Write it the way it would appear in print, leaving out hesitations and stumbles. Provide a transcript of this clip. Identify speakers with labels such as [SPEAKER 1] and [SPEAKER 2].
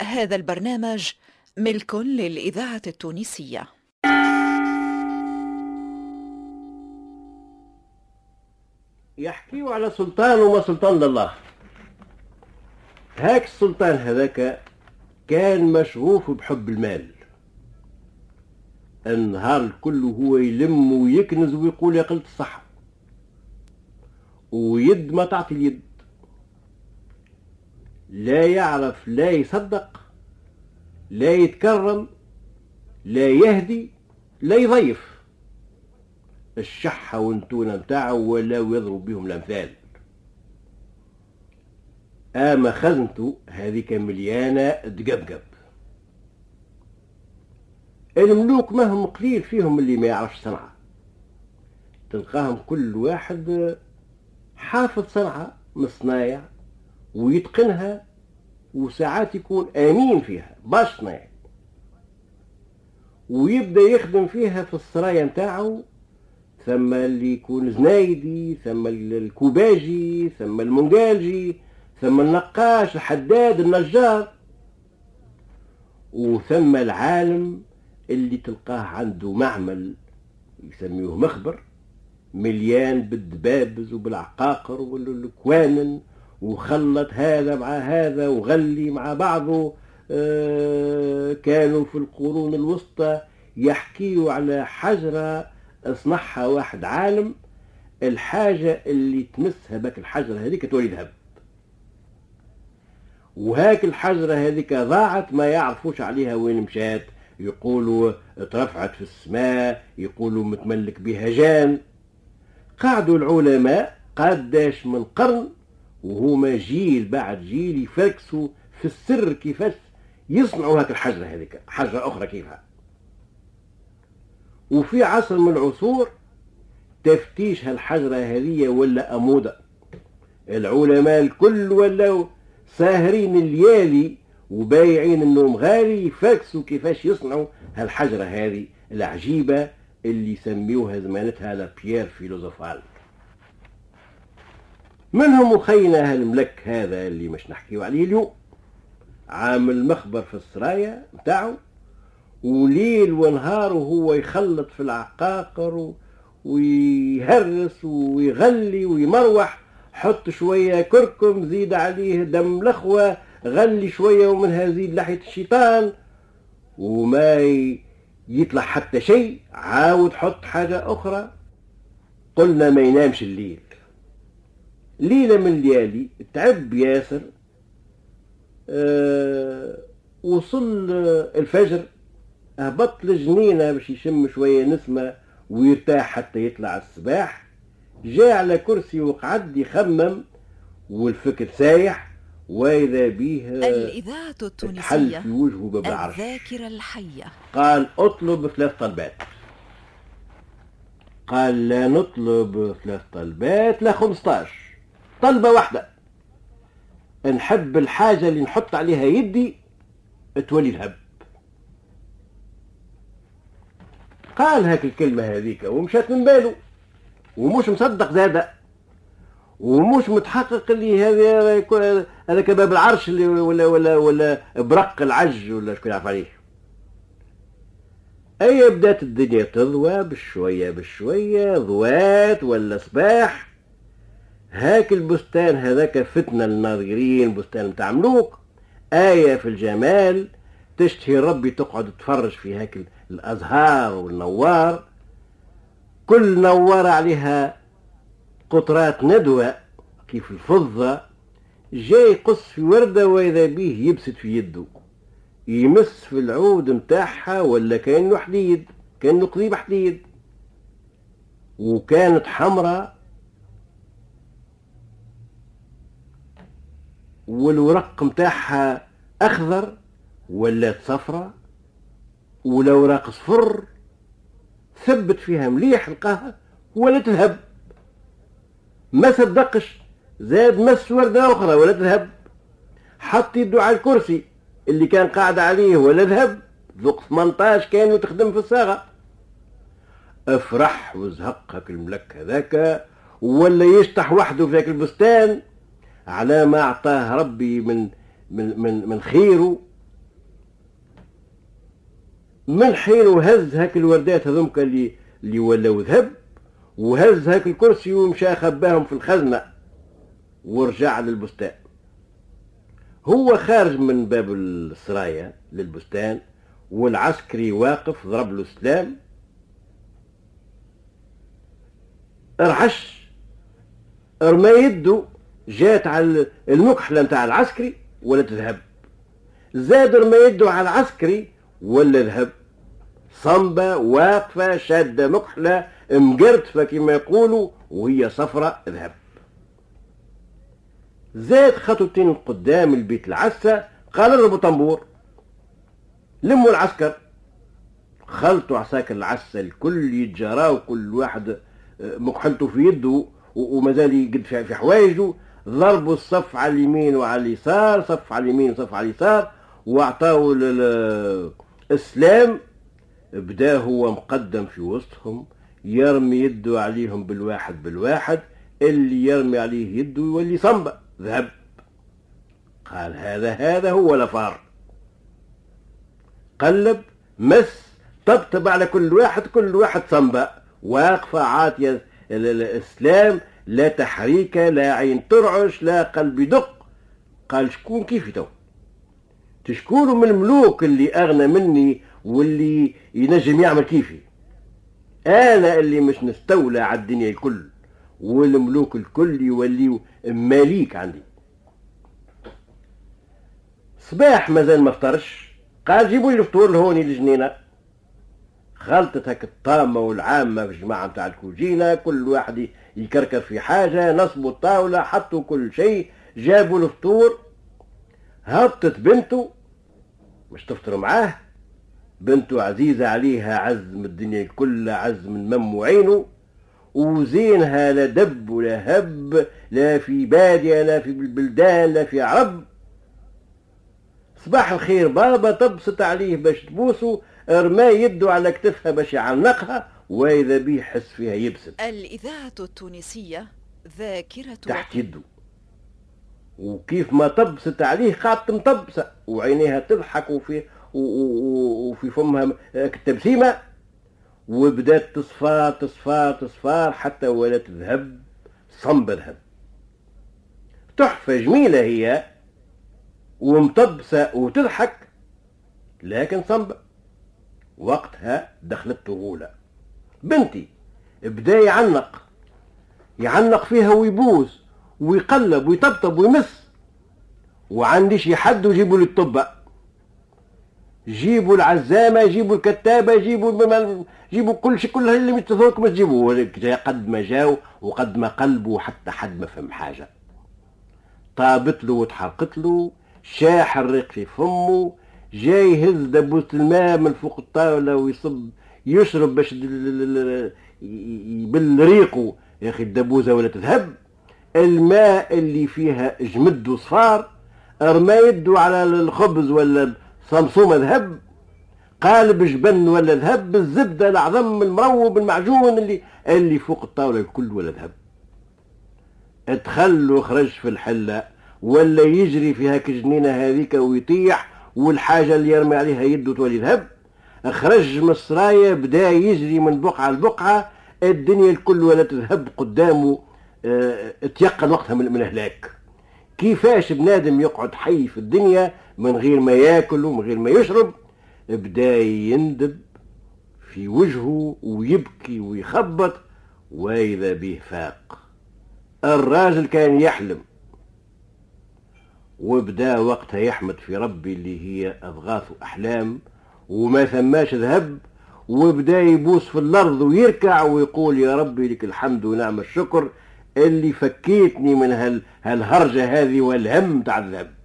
[SPEAKER 1] هذا البرنامج ملك للإذاعة التونسية.
[SPEAKER 2] يحكيوا على سلطان وما سلطان لله. هاك السلطان هذاك كان مشغوف بحب المال، النهار الكل هو يلم ويكنز ويقول يا قلت الصحة، ويد ما تعطي اليد، لا يعرف لا يصدق لا يتكرم لا يهدي لا يضيف. الشحة والنتونة متاعه ولاو يضرب بهم الأمثال. أما خزنته هذيك مليانة تقبقب. الملوك ما هم قليل فيهم اللي ما يعرفش صنعة، تلقاهم كل واحد حافظ صنعة من الصنايع ويتقنها، وساعات يكون أمين فيها باش صنايعي، ويبدأ يخدم فيها في السرايا متاعه. ثم اللي يكون زنايدي، ثم الكوباجي، ثم المنقالجي، ثم النقاش، الحداد، النجار، وثم العالم اللي تلقاه عنده معمل يسميوه مخبر مليان بالدبابز وبالعقاقر والكوانن، وخلط هذا مع هذا وغلي مع بعضه. كانوا في القرون الوسطى يحكيوا على حجرة اصنعها واحد عالم، الحاجة اللي تمسها بك الحجرة هذيك تولي ذهب، وهاك الحجرة هذيك ضاعت ما يعرفوش عليها وين مشات. يقولوا اترفعت في السماء، يقولوا متملك بها جان. قعدوا العلماء قداش من قرن وهما جيل بعد جيل يفركسوا في السر كيفاش يصنعوا هاك الحجرة هذيك، حجرة أخرى كيفها. وفي عصر من العصور تفتيش هالحجرة هذه ولا أمودة، العلماء الكل ولاو ساهرين الليالي وبايعين النوم غالي يفركسوا كيفاش يصنعوا هالحجرة هذه العجيبة اللي يسميوها زمانتها لا بيير فيلوزوفال. منهم مخينا هالملك هذا اللي مش نحكيو عليه اليوم، عامل مخبر في السرايا متاعه، وليل ونهار وهو يخلط في العقاقر ويهرس ويغلي ويمروح. حط شوية كركم، زيد عليه دم لخوة، غلي شوية ومنها زيد لحية الشيطان، وما يطلع حتى شيء. عاود حط حاجة أخرى. قلنا ما ينامش الليل. ليلة من الليالي تعب ياسر، وصل الفجر، هبط لجنينة باش يشم شوية نسمة ويرتاح حتى يطلع الصباح. جاء على كرسي وقعد يخمم والفكر سايح، وإذا به
[SPEAKER 1] الإذاعة التونسية
[SPEAKER 2] في وجهه باب العرش.
[SPEAKER 1] الذاكرة الحية.
[SPEAKER 2] قال اطلب 3 طلبات. قال لا نطلب 3 طلبات، لا 15 طلبة واحدة. نحب الحاجة اللي نحط عليها يدي تولي الهب. قال هاك الكلمة هذيك ومشات من باله، ومش مصدق زادة، ومش متحقق اللي هذا كباب العرش اللي ولا برق العج ولا شكون يعرف عليه. اي بدات الدنيا تضوى بشوية بشوية، ضوات ولا صباح. هاك البستان هذاك فتنة للناظرين، بستان متاع ملوك، آية في الجمال، تشتهي ربي تقعد تفرج في هاك الأزهار والنوار، كل نوار عليها قطرات ندوة كيف الفضة. جاي يقص في وردة وإذا به يبسط في يده، يمس في العود متاعها ولا كأنه حديد، كأنه قضيب حديد، وكانت حمراء والورق متاعها أخضر ولا صفرة، والأوراق صفر. ثبت فيها مليح لقاها ولا تذهب، ما صدقش، زاد مس وردة أخرى ولا تذهب. حط يده على الكرسي اللي كان قاعد عليه ولا ذهب. ذوق 18 كانوا تخدم في الصاغة. افرح وزهقك الملك هذاك، ولا يشطح وحده في ذاك البستان على ما أعطاه ربي من خيره. من حين وهز هاك الوردات هذومك اللي ولاو ذهب، وهز هاك الكرسي ومشى خباهم في الخزنة ورجع للبستان. هو خارج من باب السرايا للبستان والعسكري واقف ضرب له سلام، ارعش، رمى يده، جات على المكحلة نتاع العسكري ولا تذهب، زاد رمى يده على العسكري ولا ذهب، صنبة واقفة شادة مكحلة مقرتفة كما يقولوا وهي صفرة ذهب. زاد خطوتين قدام البيت العسة، قال اضربوا طنبور، لموا العسكر، خلطوا عساكر العسة الكل يتجرى وكل واحد مكحلته في يده ومازال يقد في حوايجه، ضربوا الصف على اليمين وعلى اليسار، صف على اليمين وصف على اليسار، واعطاوا السلام. بدا هو مقدم في وسطهم يرمي يده عليهم بالواحد بالواحد، اللي يرمي عليه يده يولي صنبة ذهب. قال هذا هو لفار، قلب مس طبطب على كل واحد صنبة واقفة عاطية الإسلام، لا تحريك، لا عين ترعش، لا قلب يدق. قال شكون كيفي تو؟ تشكونوا من الملوك اللي أغنى مني واللي ينجم يعمل كيفي؟ أنا اللي مش نستولى على الدنيا الكل والملوك الكل يوليوا ماليك عندي. صباح مازال ما فطرش، قال جيبوا لي الفطور لهوني الجنينة. خلطت هك الطامة والعامة في الجماعة متاع الكوجينة، كل واحد يكركر في حاجة، نصبوا الطاولة، حطوا كل شيء، جابوا الفطور. هبطت بنته مش تفطر معاه، بنته عزيزة عليها عز من الدنيا الكل، عز من مم وعينه، وزينها لا دب ولا هب، لا في بادية لا في البلدان لا في عرب. صباح الخير بابا، تبسط عليه باش تبوسه، رمى يده على كتفها باش يعنقها، واذا بيه حس فيها يبسط.
[SPEAKER 1] الإذاعة التونسية ذاكرة
[SPEAKER 2] تحت يده، وكيف ما تبسط عليه قعدت مطبسة وعينيها تضحك وفي فمها التبسيمة، وبدات تصفار حتى ولا تذهب صنب ذهب. تحفة جميلة هي ومطبسة وتضحك، لكن صنبة. وقتها دخلت طغولة. بنتي بدا يعنق فيها ويبوس ويقلب ويطبطب ويمس، وعندي شي حد وجيبوا لي الطبة، جيبوا العزامة، جيبوا الكتابة، جيبوا كل شيء، كل اللي متذوقكم تجيبوه. قد ما جاو وقد ما قلبوا حتى حد ما فهم حاجة. طابت له وتحرقت له، شاح الريق في فمه، جاي يهز دبوس الماء من فوق الطاولة ويصب يشرب باش يبل ريقه. يا أخي الدبوزة ولا تذهب، الماء اللي فيها جمد وصفار، رمى يده على الخبز ولا صمصومة ذهب، قالب جبن ولا ذهب، الزبدة العظم المروب المعجون اللي فوق الطاولة الكل ولا ذهب. ادخل وخرج في الحلة ولا يجري في هاك الجنينة هذيك ويطيح، والحاجة اللي يرمي عليها يده تولي ذهب. خرج من السرايا بدا يجري من بقعة لبقعة، الدنيا الكل ولا تذهب قدامه. اتيقن وقتها من هلاك. كيفاش بنادم يقعد حي في الدنيا من غير ما ياكل ومن غير ما يشرب؟ بدا يندب في وجهه ويبكي ويخبط، واذا به فاق. الراجل كان يحلم، وبدا وقتها يحمد في ربي اللي هي اضغاث احلام وما ثماش ذهب، وبدا يبوس في الارض ويركع ويقول يا ربي لك الحمد ونعم الشكر اللي فكيتني من هالهرجه هذه والهم تاع الذهب.